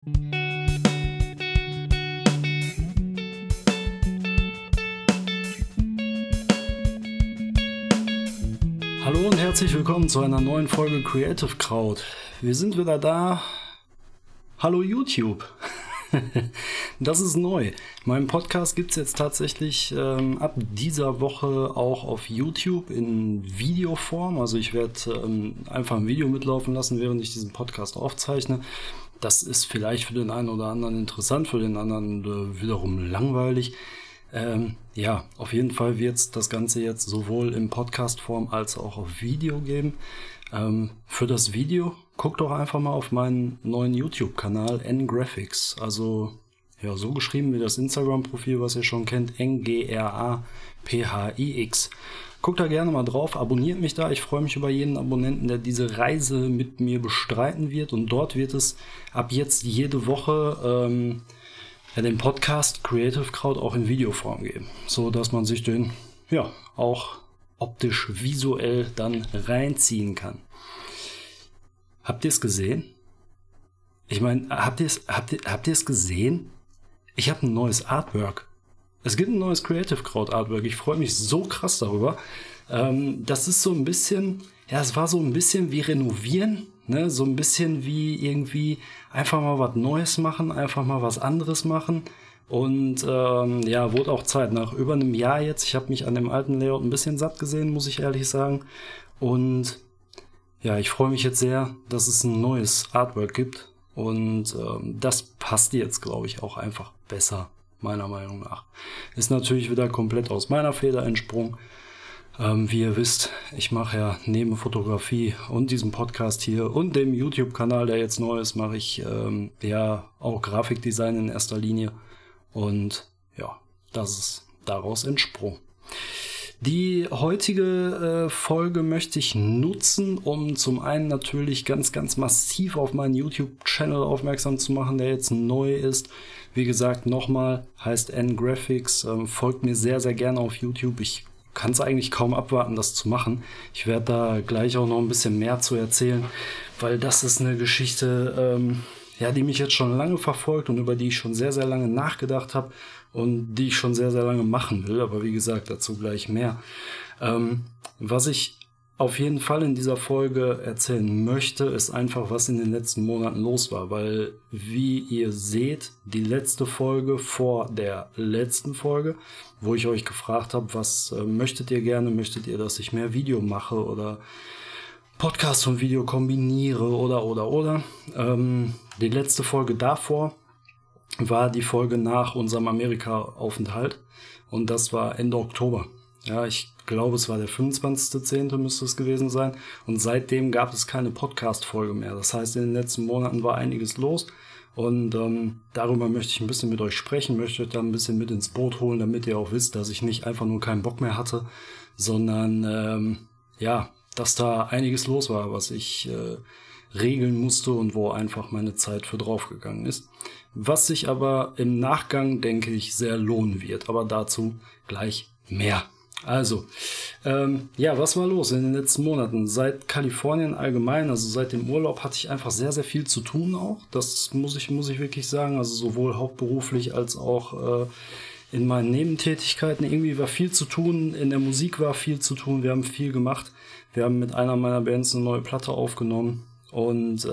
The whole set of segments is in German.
Hallo und herzlich willkommen zu einer neuen Folge Creative Crowd. Wir sind wieder da. Hallo YouTube. Das ist neu. Meinen Podcast gibt es jetzt tatsächlich ab dieser Woche auch auf YouTube in Videoform. Also ich werde einfach ein Video mitlaufen lassen, während ich diesen Podcast aufzeichne. Das ist vielleicht für den einen oder anderen interessant, für den anderen wiederum langweilig. Ja, auf jeden Fall wird es das Ganze jetzt sowohl in Podcast-Form als auch auf Video geben. Für das Video guckt doch einfach mal auf meinen neuen YouTube-Kanal Ngraphix. Also ja, so geschrieben wie das Instagram-Profil, was ihr schon kennt, Ngraphix. Guckt da gerne mal drauf, abonniert mich da. Ich freue mich über jeden Abonnenten, der diese Reise mit mir bestreiten wird. Und dort wird es ab jetzt jede Woche den Podcast Creative Crowd auch in Videoform geben, so dass man sich den ja auch optisch visuell dann reinziehen kann. Habt ihr es gesehen? Ich meine, habt ihr es gesehen? Ich habe ein neues Artwork. Es gibt ein neues Creative Crowd Artwork. Ich freue mich so krass darüber. Das ist so ein bisschen, ja, es war so ein bisschen wie renovieren. Ne, so ein bisschen wie irgendwie einfach mal was Neues machen, einfach mal was anderes machen. Und ja, wurde auch Zeit. Nach über einem Jahr jetzt. Ich habe mich an dem alten Layout ein bisschen satt gesehen, muss ich ehrlich sagen. Und ja, ich freue mich jetzt sehr, dass es ein neues Artwork gibt. Und das passt jetzt, glaube ich, auch einfach besser, meiner Meinung nach. Ist natürlich wieder komplett aus meiner Feder entsprungen. Wie ihr wisst, ich mache ja neben Fotografie und diesem Podcast hier und dem YouTube-Kanal, der jetzt neu ist, mache ich ja auch Grafikdesign in erster Linie. Und ja, das ist daraus entsprungen. Die heutige Folge möchte ich nutzen, um zum einen natürlich ganz, ganz massiv auf meinen YouTube-Channel aufmerksam zu machen, der jetzt neu ist. Wie gesagt, nochmal, heißt Ngraphix. Folgt mir sehr, sehr gerne auf YouTube. Ich kann es eigentlich kaum abwarten, das zu machen. Ich werde da gleich auch noch ein bisschen mehr zu erzählen, weil das ist eine Geschichte, ja, die mich jetzt schon lange verfolgt und über die ich schon sehr, sehr lange nachgedacht habe und die ich schon sehr, sehr lange machen will. Aber wie gesagt, dazu gleich mehr. Was ich auf jeden Fall in dieser Folge erzählen möchte, ist einfach, was in den letzten Monaten los war, weil, wie ihr seht, die letzte Folge vor der letzten Folge, wo ich euch gefragt habe, was möchtet ihr gerne, möchtet ihr, dass ich mehr Video mache oder Podcast und Video kombiniere oder. Die letzte Folge davor war die Folge nach unserem Amerika-Aufenthalt und das war Ende Oktober. Ja, ich glaube, es war der 25.10. müsste es gewesen sein. Und seitdem gab es keine Podcast-Folge mehr. Das heißt, in den letzten Monaten war einiges los. Und darüber möchte ich ein bisschen mit euch sprechen, möchte euch da ein bisschen mit ins Boot holen, damit ihr auch wisst, dass ich nicht einfach nur keinen Bock mehr hatte, sondern ja, dass da einiges los war, was ich regeln musste und wo einfach meine Zeit für draufgegangen ist. Was sich aber im Nachgang, denke ich, sehr lohnen wird. Aber dazu gleich mehr. Also, ja, was war los in den letzten Monaten? Seit Kalifornien allgemein, also seit dem Urlaub, hatte ich einfach sehr, sehr viel zu tun auch. Das muss ich wirklich sagen. Also sowohl hauptberuflich als auch in meinen Nebentätigkeiten. Irgendwie war viel zu tun. In der Musik war viel zu tun. Wir haben viel gemacht. Wir haben mit einer meiner Bands eine neue Platte aufgenommen. Und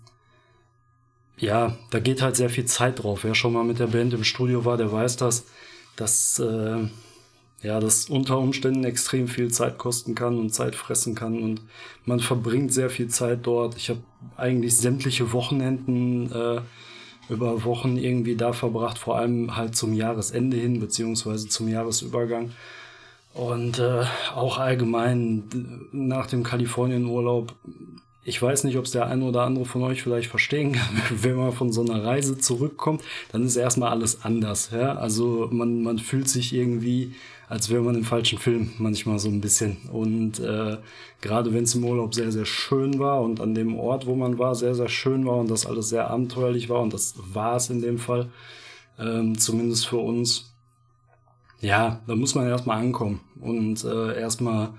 ja, da geht halt sehr viel Zeit drauf. Wer schon mal mit der Band im Studio war, der weiß das unter Umständen extrem viel Zeit kosten kann und Zeit fressen kann und man verbringt sehr viel Zeit dort. Ich habe eigentlich sämtliche Wochenenden über Wochen irgendwie da verbracht, vor allem halt zum Jahresende hin, beziehungsweise zum Jahresübergang. Und auch allgemein nach dem Kalifornienurlaub, ich weiß nicht, ob es der eine oder andere von euch vielleicht verstehen kann, wenn man von so einer Reise zurückkommt, dann ist erstmal alles anders. Ja? Also man fühlt sich irgendwie, als wäre man im falschen Film manchmal so ein bisschen. Und gerade wenn es im Urlaub sehr, sehr schön war und an dem Ort, wo man war, sehr, sehr schön war und das alles sehr abenteuerlich war und das war es in dem Fall, zumindest für uns, ja, da muss man erstmal ankommen und erstmal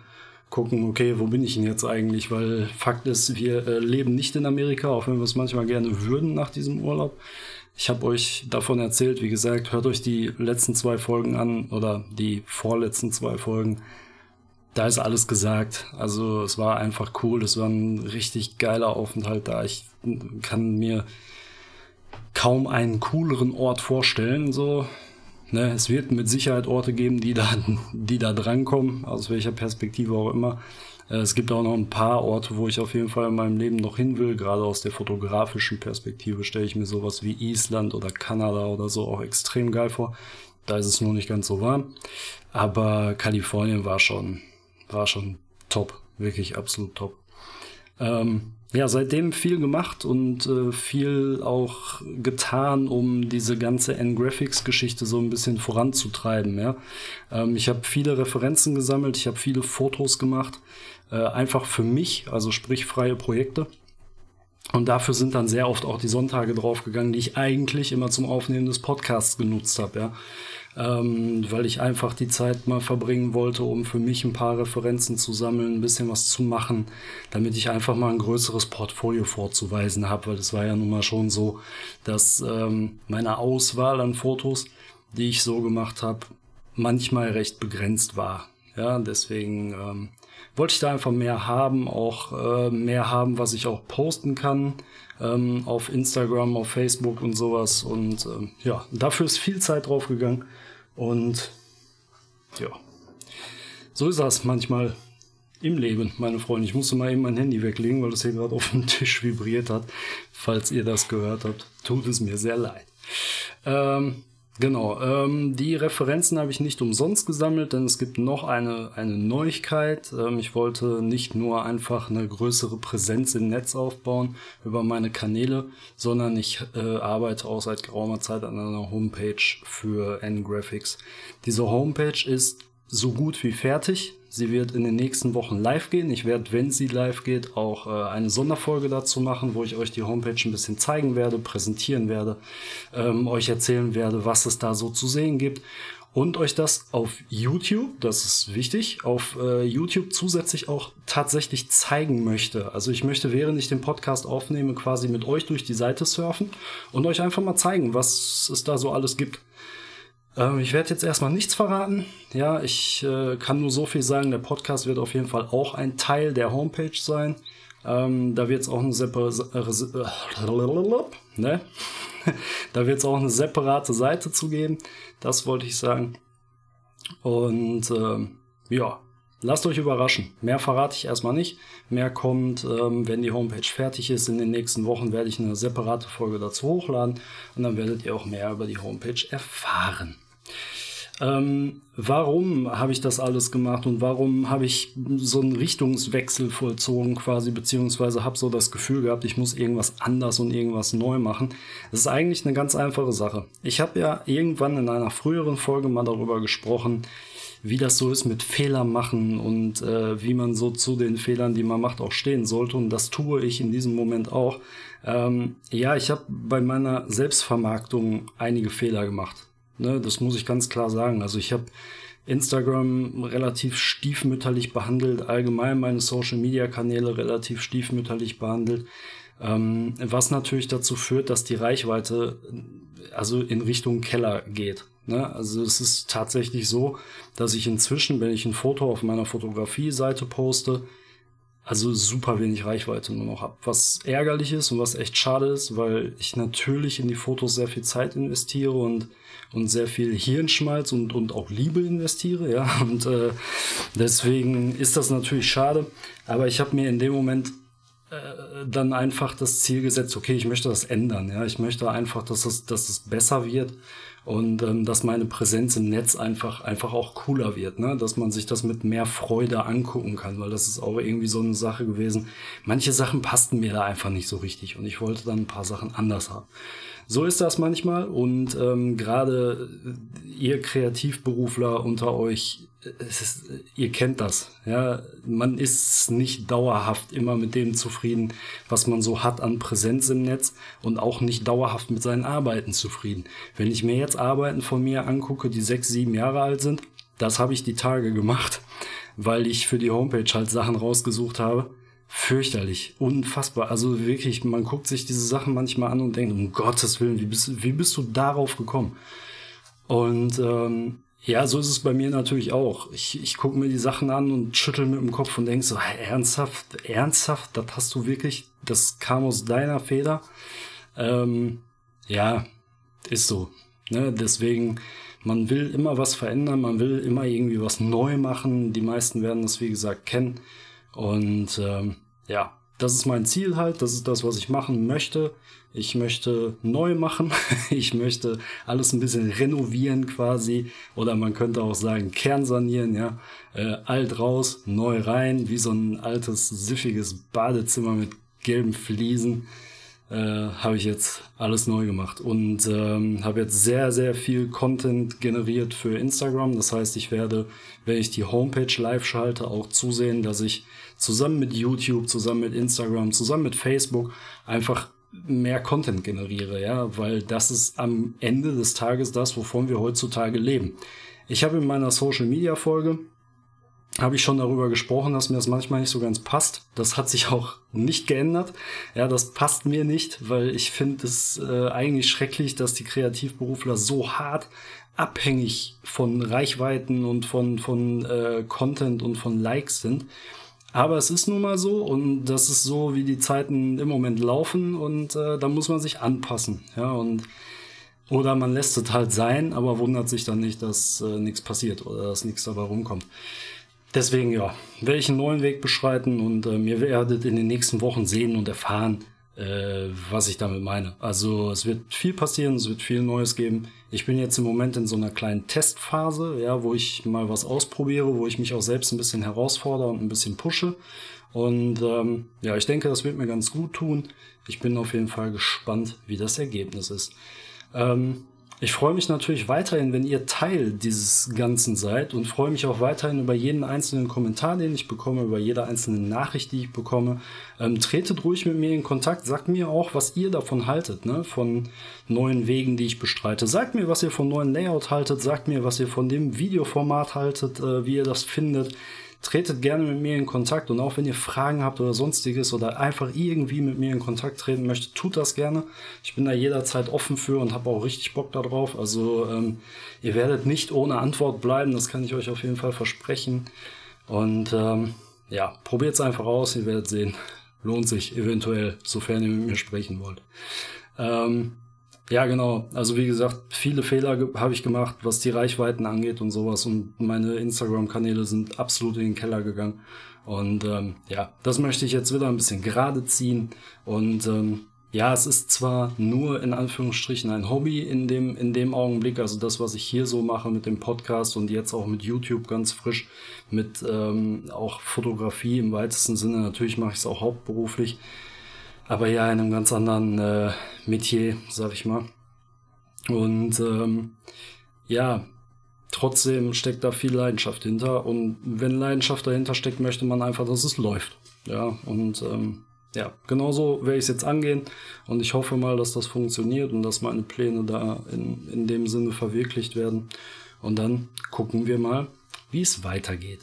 gucken, okay, wo bin ich denn jetzt eigentlich? Weil Fakt ist, wir leben nicht in Amerika, auch wenn wir es manchmal gerne würden nach diesem Urlaub. Ich habe euch davon erzählt, wie gesagt, hört euch die letzten 2 Folgen an oder die vorletzten 2 Folgen. Da ist alles gesagt. Also es war einfach cool, es war ein richtig geiler Aufenthalt da. Ich kann mir kaum einen cooleren Ort vorstellen, so. Ne, es wird mit Sicherheit Orte geben, die da drankommen, aus welcher Perspektive auch immer. Es gibt auch noch ein paar Orte, wo ich auf jeden Fall in meinem Leben noch hin will. Gerade aus der fotografischen Perspektive stelle ich mir sowas wie Island oder Kanada oder so auch extrem geil vor. Da ist es nur nicht ganz so warm. Aber Kalifornien war schon top. Wirklich absolut top. Ja, seitdem viel gemacht und viel auch getan, um diese ganze N-Graphics-Geschichte so ein bisschen voranzutreiben. Ja? Ich habe viele Referenzen gesammelt, ich habe viele Fotos gemacht, einfach für mich, also sprich freie Projekte. Und dafür sind dann sehr oft auch die Sonntage draufgegangen, die ich eigentlich immer zum Aufnehmen des Podcasts genutzt habe, ja. Weil ich einfach die Zeit mal verbringen wollte, um für mich ein paar Referenzen zu sammeln, ein bisschen was zu machen, damit ich einfach mal ein größeres Portfolio vorzuweisen habe, weil es war ja nun mal schon so, dass meine Auswahl an Fotos, die ich so gemacht habe, manchmal recht begrenzt war. Ja, deswegen wollte ich da einfach mehr haben, auch mehr haben, was ich auch posten kann auf Instagram, auf Facebook und sowas. Und ja, dafür ist viel Zeit drauf gegangen. Und ja, so ist das manchmal im Leben, meine Freunde. Ich musste mal eben mein Handy weglegen, weil das hier gerade auf dem Tisch vibriert hat. Falls ihr das gehört habt, tut es mir sehr leid. Genau, die Referenzen habe ich nicht umsonst gesammelt, denn es gibt noch eine Neuigkeit. Ich wollte nicht nur einfach eine größere Präsenz im Netz aufbauen über meine Kanäle, sondern ich arbeite auch seit geraumer Zeit an einer Homepage für N-Graphics. Diese Homepage ist so gut wie fertig. Sie wird in den nächsten Wochen live gehen. Ich werde, wenn sie live geht, auch eine Sonderfolge dazu machen, wo ich euch die Homepage ein bisschen zeigen werde, präsentieren werde, euch erzählen werde, was es da so zu sehen gibt und euch das auf YouTube, das ist wichtig, auf YouTube zusätzlich auch tatsächlich zeigen möchte. Also ich möchte, während ich den Podcast aufnehme, quasi mit euch durch die Seite surfen und euch einfach mal zeigen, was es da so alles gibt. Ich werde jetzt erstmal nichts verraten. Ja, ich kann nur so viel sagen, der Podcast wird auf jeden Fall auch ein Teil der Homepage sein. Da wird es auch eine separate Seite zu geben. Das wollte ich sagen. Und ja, lasst euch überraschen. Mehr verrate ich erstmal nicht. Mehr kommt, wenn die Homepage fertig ist. In den nächsten Wochen werde ich eine separate Folge dazu hochladen. Und dann werdet ihr auch mehr über die Homepage erfahren. Warum habe ich das alles gemacht und warum habe ich so einen Richtungswechsel vollzogen quasi, beziehungsweise habe so das Gefühl gehabt, ich muss irgendwas anders und irgendwas neu machen? Das ist eigentlich eine ganz einfache Sache. Ich habe ja irgendwann in einer früheren Folge mal darüber gesprochen, wie das so ist mit Fehlern machen und wie man so zu den Fehlern, die man macht, auch stehen sollte. Und das tue ich in diesem Moment auch. Ja, ich habe bei meiner Selbstvermarktung einige Fehler gemacht. Ne, das muss ich ganz klar sagen. Also ich habe Instagram relativ stiefmütterlich behandelt, allgemein meine Social-Media-Kanäle relativ stiefmütterlich behandelt, was natürlich dazu führt, dass die Reichweite also in Richtung Keller geht. Ne? Also es ist tatsächlich so, dass ich inzwischen, wenn ich ein Foto auf meiner Fotografie-Seite poste, also super wenig Reichweite nur noch habe. Was ärgerlich ist und was echt schade ist, weil ich natürlich in die Fotos sehr viel Zeit investiere und sehr viel Hirnschmalz und auch Liebe investiere, ja. Und deswegen ist das natürlich schade. Aber ich habe mir in dem Moment dann einfach das Ziel gesetzt, okay, ich möchte das ändern, ja. Ich möchte einfach, dass es besser wird und dass meine Präsenz im Netz einfach auch cooler wird, ne? Dass man sich das mit mehr Freude angucken kann, weil das ist auch irgendwie so eine Sache gewesen. Manche Sachen passten mir da einfach nicht so richtig und ich wollte dann ein paar Sachen anders haben. So ist das manchmal und gerade ihr Kreativberufler unter euch, ihr kennt das. Ja, man ist nicht dauerhaft immer mit dem zufrieden, was man so hat an Präsenz im Netz und auch nicht dauerhaft mit seinen Arbeiten zufrieden. Wenn ich mir jetzt Arbeiten von mir angucke, die 6, 7 Jahre alt sind, das habe ich die Tage gemacht, weil ich für die Homepage halt Sachen rausgesucht habe. Fürchterlich, unfassbar. Also wirklich, man guckt sich diese Sachen manchmal an und denkt, um Gottes Willen, wie bist du darauf gekommen? Und ja, so ist es bei mir natürlich auch. Ich gucke mir die Sachen an und schüttel mit dem Kopf und denk so, hey, ernsthaft, das hast du wirklich, das kam aus deiner Feder. Ja, ist so. Ne? Deswegen, man will immer was verändern, man will immer irgendwie was neu machen. Die meisten werden das, wie gesagt, kennen. Und ja, das ist mein Ziel halt, das ist das, was ich machen möchte. Ich möchte neu machen, ich möchte alles ein bisschen renovieren quasi, oder man könnte auch sagen kernsanieren, ja. Alt raus, neu rein, wie so ein altes, siffiges Badezimmer mit gelben Fliesen. Habe ich jetzt alles neu gemacht und habe jetzt sehr, sehr viel Content generiert für Instagram. Das heißt, ich werde, wenn ich die Homepage live schalte, auch zusehen, dass ich zusammen mit YouTube, zusammen mit Instagram, zusammen mit Facebook einfach mehr Content generiere, ja, weil das ist am Ende des Tages das, wovon wir heutzutage leben. Ich habe in meiner Social-Media-Folge habe ich schon darüber gesprochen, dass mir das manchmal nicht so ganz passt. Das hat sich auch nicht geändert. Ja, das passt mir nicht, weil ich finde es eigentlich schrecklich, dass die Kreativberufler so hart abhängig von Reichweiten und von Content und von Likes sind. Aber es ist nun mal so und das ist so, wie die Zeiten im Moment laufen und da muss man sich anpassen. Ja, und oder man lässt es halt sein, aber wundert sich dann nicht, dass nichts passiert oder dass nichts dabei rumkommt. Deswegen, ja, werde ich einen neuen Weg beschreiten und ihr werdet in den nächsten Wochen sehen und erfahren, was ich damit meine. Also es wird viel passieren, es wird viel Neues geben. Ich bin jetzt im Moment in so einer kleinen Testphase, ja, wo ich mal was ausprobiere, wo ich mich auch selbst ein bisschen herausfordere und ein bisschen pushe. Und ja, ich denke, das wird mir ganz gut tun. Ich bin auf jeden Fall gespannt, wie das Ergebnis ist. Ich freue mich natürlich weiterhin, wenn ihr Teil dieses Ganzen seid und freue mich auch weiterhin über jeden einzelnen Kommentar, den ich bekomme, über jede einzelne Nachricht, die ich bekomme. Tretet ruhig mit mir in Kontakt, sagt mir auch, was ihr davon haltet, ne? Von neuen Wegen, die ich bestreite. Sagt mir, was ihr von neuen Layout haltet, sagt mir, was ihr von dem Videoformat haltet, wie ihr das findet. Tretet gerne mit mir in Kontakt und auch wenn ihr Fragen habt oder sonstiges oder einfach irgendwie mit mir in Kontakt treten möchtet, tut das gerne. Ich bin da jederzeit offen für und habe auch richtig Bock darauf. Also ihr werdet nicht ohne Antwort bleiben, das kann ich euch auf jeden Fall versprechen. Und ja, probiert es einfach aus, ihr werdet sehen. Lohnt sich eventuell, sofern ihr mit mir sprechen wollt. Ja, genau. Also wie gesagt, viele Fehler habe ich gemacht, was die Reichweiten angeht und sowas. Und meine Instagram-Kanäle sind absolut in den Keller gegangen. Und ja, das möchte ich jetzt wieder ein bisschen gerade ziehen. Und ja, es ist zwar nur in Anführungsstrichen ein Hobby in dem Augenblick. Also das, was ich hier so mache mit dem Podcast und jetzt auch mit YouTube ganz frisch. Mit auch Fotografie im weitesten Sinne. Natürlich mache ich es auch hauptberuflich. Aber ja, in einem ganz anderen Metier, sag ich mal. Und ja, trotzdem steckt da viel Leidenschaft hinter. Und wenn Leidenschaft dahinter steckt, möchte man einfach, dass es läuft. Ja, und ja, genauso werde ich es jetzt angehen. Und ich hoffe mal, dass das funktioniert und dass meine Pläne da in dem Sinne verwirklicht werden. Und dann gucken wir mal, wie es weitergeht.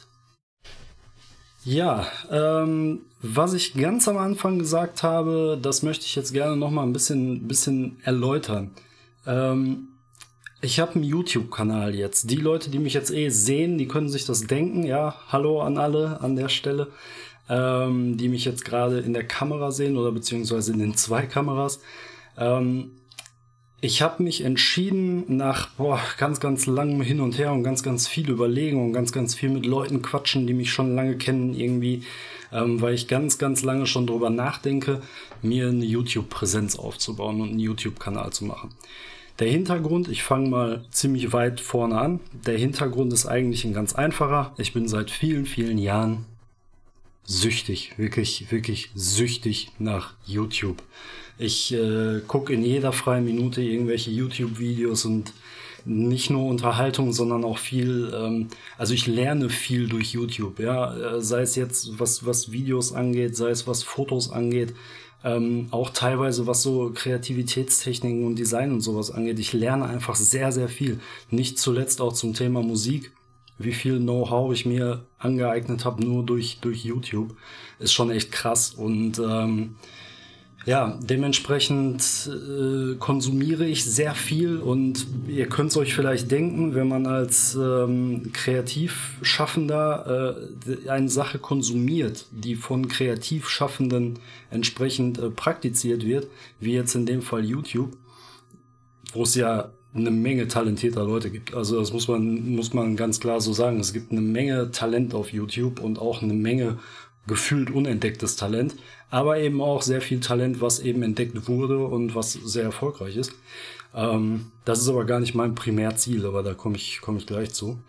Ja, was ich ganz am Anfang gesagt habe, das möchte ich jetzt gerne noch mal ein bisschen erläutern. Ich habe einen YouTube-Kanal jetzt. Die Leute, die mich jetzt sehen, die können sich das denken. Ja, hallo an alle an der Stelle, die mich jetzt gerade in der Kamera sehen oder beziehungsweise in den 2 Kameras. Ich habe mich entschieden nach ganz, ganz langem Hin und Her und ganz, ganz viel Überlegen und ganz, ganz viel mit Leuten quatschen, die mich schon lange kennen irgendwie, weil ich ganz, ganz lange schon drüber nachdenke, mir eine YouTube-Präsenz aufzubauen und einen YouTube-Kanal zu machen. Der Hintergrund, ich fange mal ziemlich weit vorne an, der Hintergrund ist eigentlich ein ganz einfacher. Ich bin seit vielen, vielen Jahren süchtig, wirklich, wirklich süchtig nach YouTube. Ich gucke in jeder freien Minute irgendwelche YouTube-Videos und nicht nur Unterhaltung, sondern auch viel, also ich lerne viel durch YouTube, ja, sei es jetzt was Videos angeht, sei es was Fotos angeht, auch teilweise was so Kreativitätstechniken und Design und sowas angeht. Ich lerne einfach sehr, sehr viel, nicht zuletzt auch zum Thema Musik. wie viel Know-how ich mir angeeignet habe, nur durch YouTube. Ist schon echt krass. Und ja, dementsprechend konsumiere ich sehr viel und ihr könnt es euch vielleicht denken, wenn man als Kreativschaffender eine Sache konsumiert, die von Kreativschaffenden entsprechend praktiziert wird, wie jetzt in dem Fall YouTube, wo es ja eine Menge talentierter Leute gibt. Also das muss man ganz klar so sagen. Es gibt eine Menge Talent auf YouTube und auch eine Menge gefühlt unentdecktes Talent, aber eben auch sehr viel Talent, was eben entdeckt wurde und was sehr erfolgreich ist. Das ist aber gar nicht mein Primärziel, aber da komme ich gleich zu.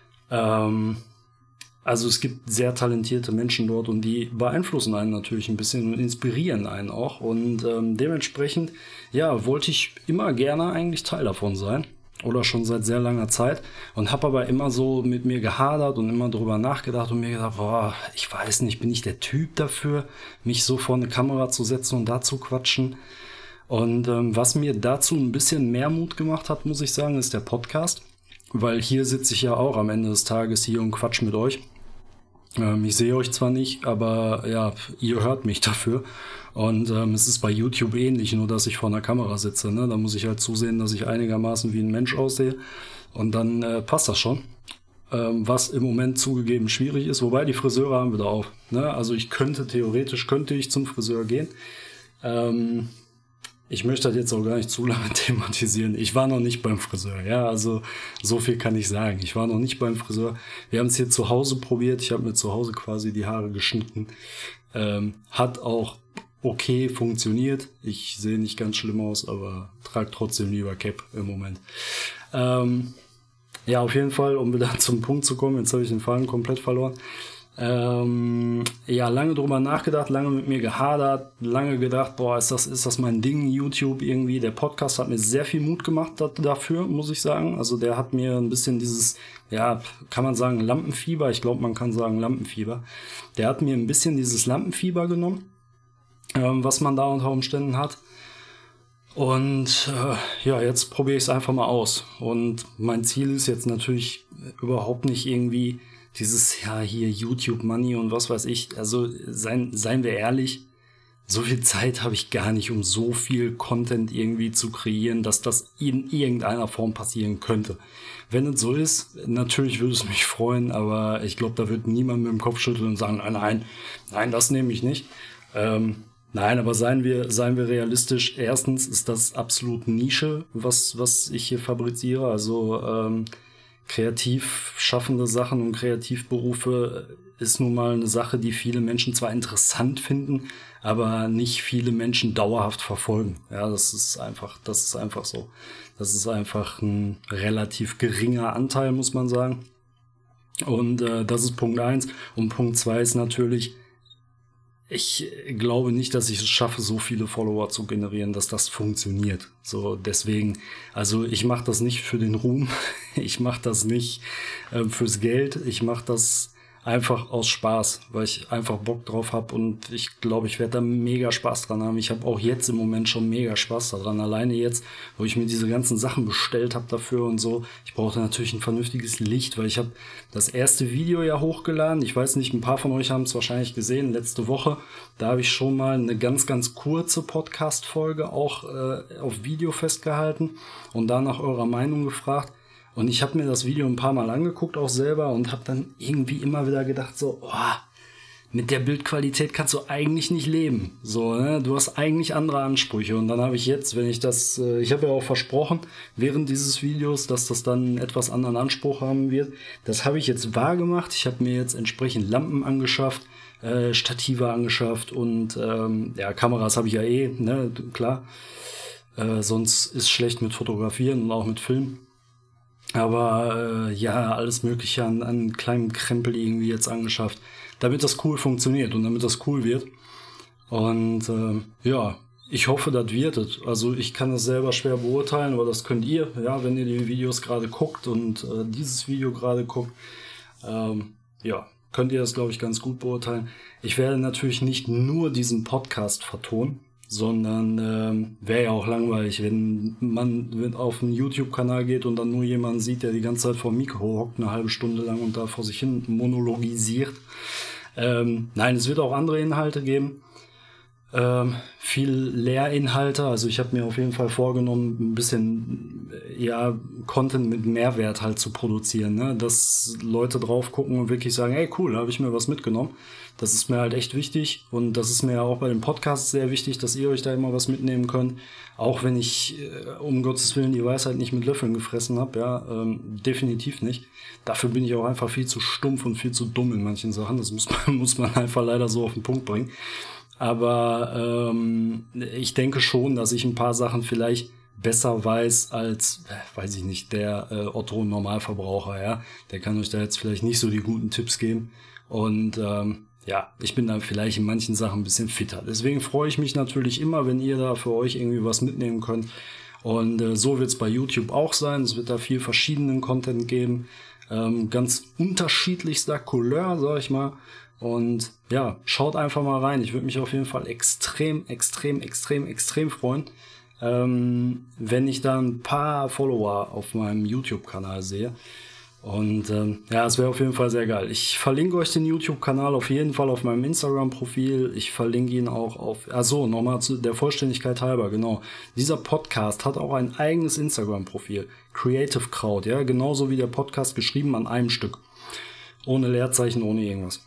Also es gibt sehr talentierte Menschen dort und die beeinflussen einen natürlich ein bisschen und inspirieren einen auch. Und dementsprechend, ja, wollte ich immer gerne eigentlich Teil davon sein. Oder schon seit sehr langer Zeit. Und habe aber immer so mit mir gehadert und immer drüber nachgedacht und mir gedacht, boah, ich weiß nicht, bin ich der Typ dafür, mich so vor eine Kamera zu setzen und da zu quatschen. Und was mir dazu ein bisschen mehr Mut gemacht hat, muss ich sagen, ist der Podcast. Weil hier sitze ich ja auch am Ende des Tages hier und quatsch mit euch. Ich sehe euch zwar nicht, aber ja, ihr hört mich dafür. Und es ist bei YouTube ähnlich, nur dass ich vor einer Kamera sitze. Ne? Da muss ich halt zusehen, dass ich einigermaßen wie ein Mensch aussehe. Und dann passt das schon. Was im Moment zugegeben schwierig ist. Wobei die Friseure haben wieder auf. Ne? Also theoretisch könnte ich zum Friseur gehen. Ich möchte das jetzt auch gar nicht zu lange thematisieren. Ich war noch nicht beim Friseur. Ja, also so viel kann ich sagen. Ich war noch nicht beim Friseur. Wir haben es hier zu Hause probiert. Ich habe mir zu Hause quasi die Haare geschnitten. Hat auch okay funktioniert. Ich sehe nicht ganz schlimm aus, aber trage trotzdem lieber Cap im Moment. Ja, auf jeden Fall, um wieder zum Punkt zu kommen. Jetzt habe ich den Faden komplett verloren. Ja, lange drüber nachgedacht, lange mit mir gehadert, lange gedacht, boah, ist das mein Ding, YouTube irgendwie. Der Podcast hat mir sehr viel Mut gemacht dafür, muss ich sagen. Also der hat mir ein bisschen dieses, ja, kann man sagen Lampenfieber, ich glaube, man kann sagen Lampenfieber. Der hat mir ein bisschen dieses Lampenfieber genommen, was man da unter Umständen hat. Und ja, jetzt probiere ich es einfach mal aus. Und mein Ziel ist jetzt natürlich überhaupt nicht irgendwie dieses, ja, hier YouTube Money und was weiß ich. Also seien wir ehrlich, so viel Zeit habe ich gar nicht, um so viel Content irgendwie zu kreieren, dass das in irgendeiner Form passieren könnte. Wenn es so ist, natürlich würde es mich freuen, aber ich glaube, da wird niemand mit dem Kopf schütteln und sagen, nein, das nehme ich nicht. Nein, aber seien wir realistisch. Erstens ist das absolut Nische, was ich hier fabriziere. Also kreativ schaffende Sachen und Kreativberufe ist nun mal eine Sache, die viele Menschen zwar interessant finden, aber nicht viele Menschen dauerhaft verfolgen. Ja, das ist einfach so. Das ist einfach ein relativ geringer Anteil, muss man sagen. Und das ist Punkt 1. Und Punkt 2 ist natürlich, ich glaube nicht, dass ich es schaffe, so viele Follower zu generieren, dass das funktioniert. So, deswegen, also ich mache das nicht für den Ruhm, ich mache das nicht fürs Geld, ich mache das einfach aus Spaß, weil ich einfach Bock drauf habe und ich glaube, ich werde da mega Spaß dran haben. Ich habe auch jetzt im Moment schon mega Spaß daran. Alleine jetzt, wo ich mir diese ganzen Sachen bestellt habe dafür und so. Ich brauchte natürlich ein vernünftiges Licht, weil ich habe das erste Video ja hochgeladen. Ich weiß nicht, ein paar von euch haben es wahrscheinlich gesehen, letzte Woche. Da habe ich schon mal eine ganz, ganz kurze Podcast-Folge auch auf Video festgehalten und da nach eurer Meinung gefragt. Und ich habe mir das Video ein paar Mal angeguckt, auch selber, und habe dann irgendwie immer wieder gedacht, so, oh, mit der Bildqualität kannst du eigentlich nicht leben. So, ne? Du hast eigentlich andere Ansprüche. Und dann habe ich jetzt, ich habe ja auch versprochen, während dieses Videos, dass das dann einen etwas anderen Anspruch haben wird. Das habe ich jetzt wahr gemacht. Ich habe mir jetzt entsprechend Lampen angeschafft, Stative angeschafft und ja, Kameras habe ich ja ne, klar. Sonst ist schlecht mit Fotografieren und auch mit Filmen. Aber ja, alles Mögliche an kleinem Krempel irgendwie jetzt angeschafft, damit das cool funktioniert und damit das cool wird. Und ja, ich hoffe, das wird es. Also ich kann das selber schwer beurteilen, aber das könnt ihr, ja, wenn ihr die Videos gerade guckt und dieses Video gerade guckt. Ja, könnt ihr das, glaube ich, ganz gut beurteilen. Ich werde natürlich nicht nur diesen Podcast vertonen, sondern wäre ja auch langweilig, wenn man auf einen YouTube-Kanal geht und dann nur jemanden sieht, der die ganze Zeit vor dem Mikro hockt, eine halbe Stunde lang und da vor sich hin monologisiert. Nein, es wird auch andere Inhalte geben. Viel Lehrinhalte, also ich habe mir auf jeden Fall vorgenommen, ein bisschen Content mit Mehrwert halt zu produzieren, ne? Dass Leute drauf gucken und wirklich sagen, hey cool, da habe ich mir was mitgenommen. Das ist mir halt echt wichtig und das ist mir ja auch bei dem Podcast sehr wichtig, dass ihr euch da immer was mitnehmen könnt, auch wenn ich um Gottes Willen die Weisheit nicht mit Löffeln gefressen habe, definitiv nicht. Dafür bin ich auch einfach viel zu stumpf und viel zu dumm in manchen Sachen, das muss man einfach leider so auf den Punkt bringen. Aber ich denke schon, dass ich ein paar Sachen vielleicht besser weiß als, weiß ich nicht, der Otto-Normalverbraucher, ja. Der kann euch da jetzt vielleicht nicht so die guten Tipps geben. Und ich bin da vielleicht in manchen Sachen ein bisschen fitter. Deswegen freue ich mich natürlich immer, wenn ihr da für euch irgendwie was mitnehmen könnt. Und so wird es bei YouTube auch sein. Es wird da viel verschiedenen Content geben. Ganz unterschiedlichster Couleur, sag ich mal. Und ja, schaut einfach mal rein. Ich würde mich auf jeden Fall extrem freuen, wenn ich da ein paar Follower auf meinem YouTube-Kanal sehe. Und es wäre auf jeden Fall sehr geil. Ich verlinke euch den YouTube-Kanal auf jeden Fall auf meinem Instagram-Profil. Ich verlinke ihn auch auf... nochmal zu der Vollständigkeit halber, genau. Dieser Podcast hat auch ein eigenes Instagram-Profil. Creative Crowd, ja, genauso wie der Podcast geschrieben an einem Stück. Ohne Leerzeichen, ohne irgendwas.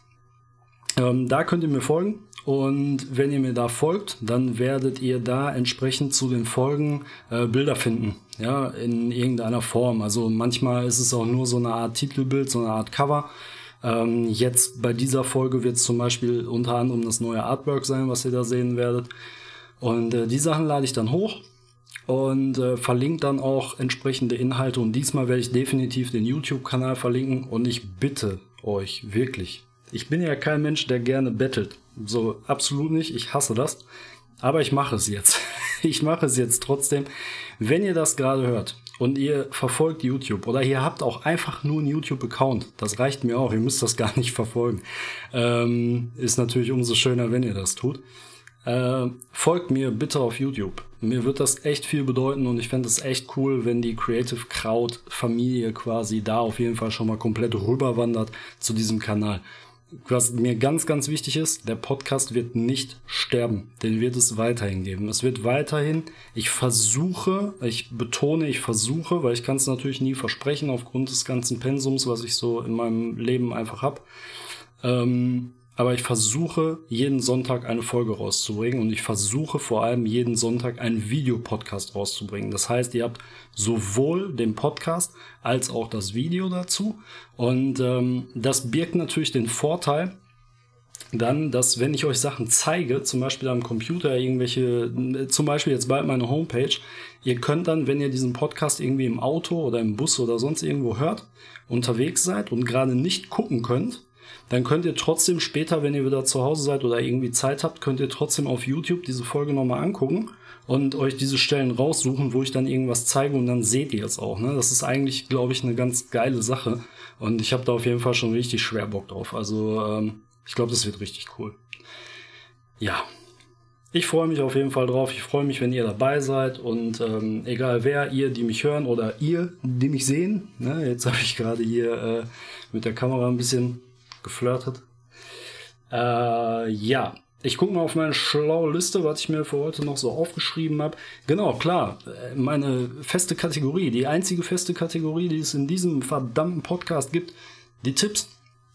Da könnt ihr mir folgen und wenn ihr mir da folgt, dann werdet ihr da entsprechend zu den Folgen Bilder finden, ja, in irgendeiner Form. Also manchmal ist es auch nur so eine Art Titelbild, so eine Art Cover. Jetzt bei dieser Folge wird es zum Beispiel unter anderem das neue Artwork sein, was ihr da sehen werdet. Und die Sachen lade ich dann hoch und verlinke dann auch entsprechende Inhalte. Und diesmal werde ich definitiv den YouTube-Kanal verlinken und ich bitte euch wirklich. Ich bin ja kein Mensch, der gerne bettelt. So, absolut nicht. Ich hasse das. Aber ich mache es jetzt. Ich mache es jetzt trotzdem. Wenn ihr das gerade hört und ihr verfolgt YouTube oder ihr habt auch einfach nur einen YouTube-Account, das reicht mir auch. Ihr müsst das gar nicht verfolgen. Ist natürlich umso schöner, wenn ihr das tut. Folgt mir bitte auf YouTube. Mir wird das echt viel bedeuten und ich fände es echt cool, wenn die Creative Crowd Familie quasi da auf jeden Fall schon mal komplett rüberwandert zu diesem Kanal. Was mir ganz wichtig ist, der Podcast wird nicht sterben. Den wird es weiterhin geben. Es wird weiterhin, ich betone, ich versuche, weil ich kann es natürlich nie versprechen, aufgrund des ganzen Pensums, was ich so in meinem Leben einfach habe. Aber ich versuche, jeden Sonntag eine Folge rauszubringen und ich versuche vor allem jeden Sonntag einen Videopodcast rauszubringen. Das heißt, ihr habt sowohl den Podcast als auch das Video dazu und das birgt natürlich den Vorteil, dann, dass wenn ich euch Sachen zeige, zum Beispiel am Computer zum Beispiel jetzt bald meine Homepage, ihr könnt dann, wenn ihr diesen Podcast irgendwie im Auto oder im Bus oder sonst irgendwo hört, unterwegs seid und gerade nicht gucken könnt, dann könnt ihr trotzdem später, wenn ihr wieder zu Hause seid oder irgendwie Zeit habt, könnt ihr trotzdem auf YouTube diese Folge nochmal angucken und euch diese Stellen raussuchen, wo ich dann irgendwas zeige und dann seht ihr es auch. Ne? Das ist eigentlich, glaube ich, eine ganz geile Sache und ich habe da auf jeden Fall schon richtig schwer Bock drauf. Also ich glaube, das wird richtig cool. Ja, ich freue mich auf jeden Fall drauf. Ich freue mich, wenn ihr dabei seid und egal wer, ihr, die mich hören oder ihr, die mich sehen. Ne? Jetzt habe ich gerade hier mit der Kamera ein bisschen geflirtet. Ich gucke mal auf meine schlaue Liste, was ich mir für heute noch so aufgeschrieben habe. Genau, klar, meine feste Kategorie, die einzige feste Kategorie, die es in diesem verdammten Podcast gibt, die Tipps.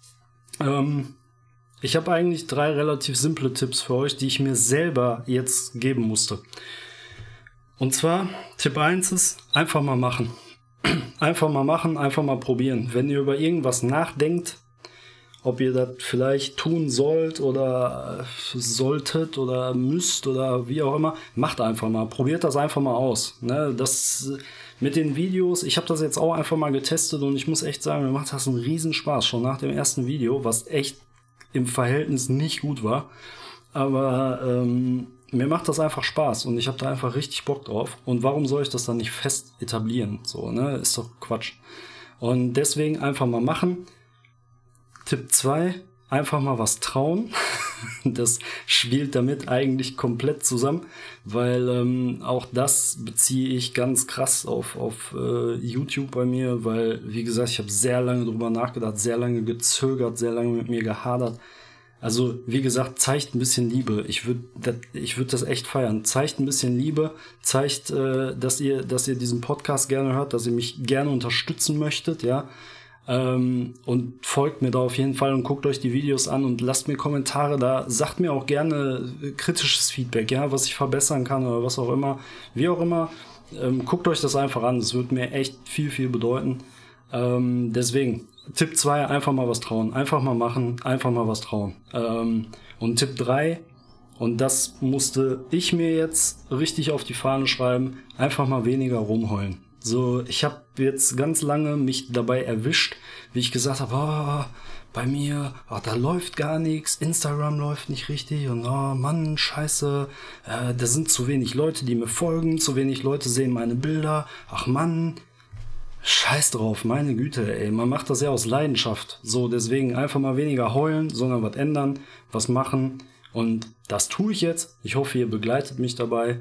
Ich habe eigentlich 3 relativ simple Tipps für euch, die ich mir selber jetzt geben musste. Und zwar, Tipp 1 ist, einfach mal machen. Einfach mal machen, einfach mal probieren. Wenn ihr über irgendwas nachdenkt, ob ihr das vielleicht tun sollt oder solltet oder müsst oder wie auch immer, macht einfach mal. Probiert das einfach mal aus. Ne? Das mit den Videos, ich habe das jetzt auch einfach mal getestet und ich muss echt sagen, mir macht das einen Riesenspaß. Schon nach dem ersten Video, was echt im Verhältnis nicht gut war. Aber mir macht das einfach Spaß und ich habe da einfach richtig Bock drauf. Und warum soll ich das dann nicht fest etablieren? So, ne? Ist doch Quatsch. Und deswegen einfach mal machen. Tipp 2, einfach mal was trauen. Das spielt damit eigentlich komplett zusammen, weil auch das beziehe ich ganz krass auf YouTube bei mir, weil, wie gesagt, ich habe sehr lange drüber nachgedacht, sehr lange gezögert, sehr lange mit mir gehadert. Also, wie gesagt, zeigt ein bisschen Liebe. Ich würd das echt feiern. Zeigt ein bisschen Liebe. Zeigt, dass ihr diesen Podcast gerne hört, dass ihr mich gerne unterstützen möchtet, ja. Und folgt mir da auf jeden Fall und guckt euch die Videos an und lasst mir Kommentare da. Sagt mir auch gerne kritisches Feedback, ja, was ich verbessern kann oder was auch immer. Wie auch immer. Guckt euch das einfach an. Das wird mir echt viel, viel bedeuten. Deswegen, Tipp 2, einfach mal was trauen. Einfach mal machen, einfach mal was trauen. Und Tipp 3, und das musste ich mir jetzt richtig auf die Fahne schreiben, einfach mal weniger rumheulen. So, ich habe jetzt ganz lange mich dabei erwischt, wie ich gesagt habe, bei mir, da läuft gar nichts, Instagram läuft nicht richtig und Mann, scheiße, da sind zu wenig Leute, die mir folgen, zu wenig Leute sehen meine Bilder, ach Mann, scheiß drauf, meine Güte, ey, man macht das ja aus Leidenschaft. So, deswegen einfach mal weniger heulen, sondern was ändern, was machen. Und das tue ich jetzt. Ich hoffe, ihr begleitet mich dabei.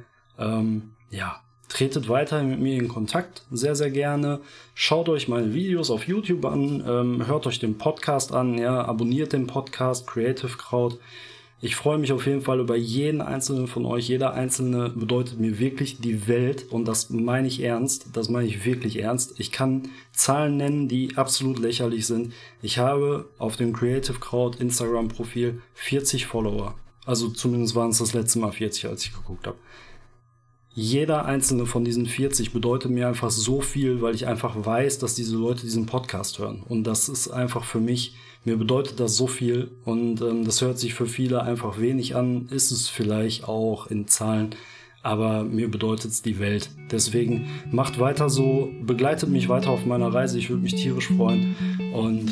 Tretet weiterhin mit mir in Kontakt, sehr, sehr gerne. Schaut euch meine Videos auf YouTube an, hört euch den Podcast an, ja, abonniert den Podcast Creative Crowd. Ich freue mich auf jeden Fall über jeden einzelnen von euch. Jeder einzelne bedeutet mir wirklich die Welt und das meine ich ernst. Das meine ich wirklich ernst. Ich kann Zahlen nennen, die absolut lächerlich sind. Ich habe auf dem Creative Crowd Instagram-Profil 40 Follower. Also zumindest waren es das letzte Mal 40, als ich geguckt habe. Jeder einzelne von diesen 40 bedeutet mir einfach so viel, weil ich einfach weiß, dass diese Leute diesen Podcast hören. Und das ist einfach für mich, mir bedeutet das so viel. Und das hört sich für viele einfach wenig an, ist es vielleicht auch in Zahlen, aber mir bedeutet es die Welt. Deswegen macht weiter so, begleitet mich weiter auf meiner Reise, ich würde mich tierisch freuen. Und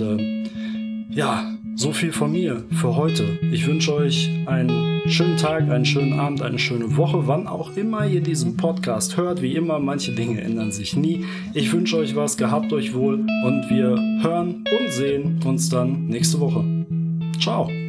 so viel von mir für heute. Ich wünsche euch einen schönen Tag, einen schönen Abend, eine schöne Woche, wann auch immer ihr diesen Podcast hört. Wie immer, manche Dinge ändern sich nie. Ich wünsche euch was, gehabt euch wohl und wir hören und sehen uns dann nächste Woche. Ciao.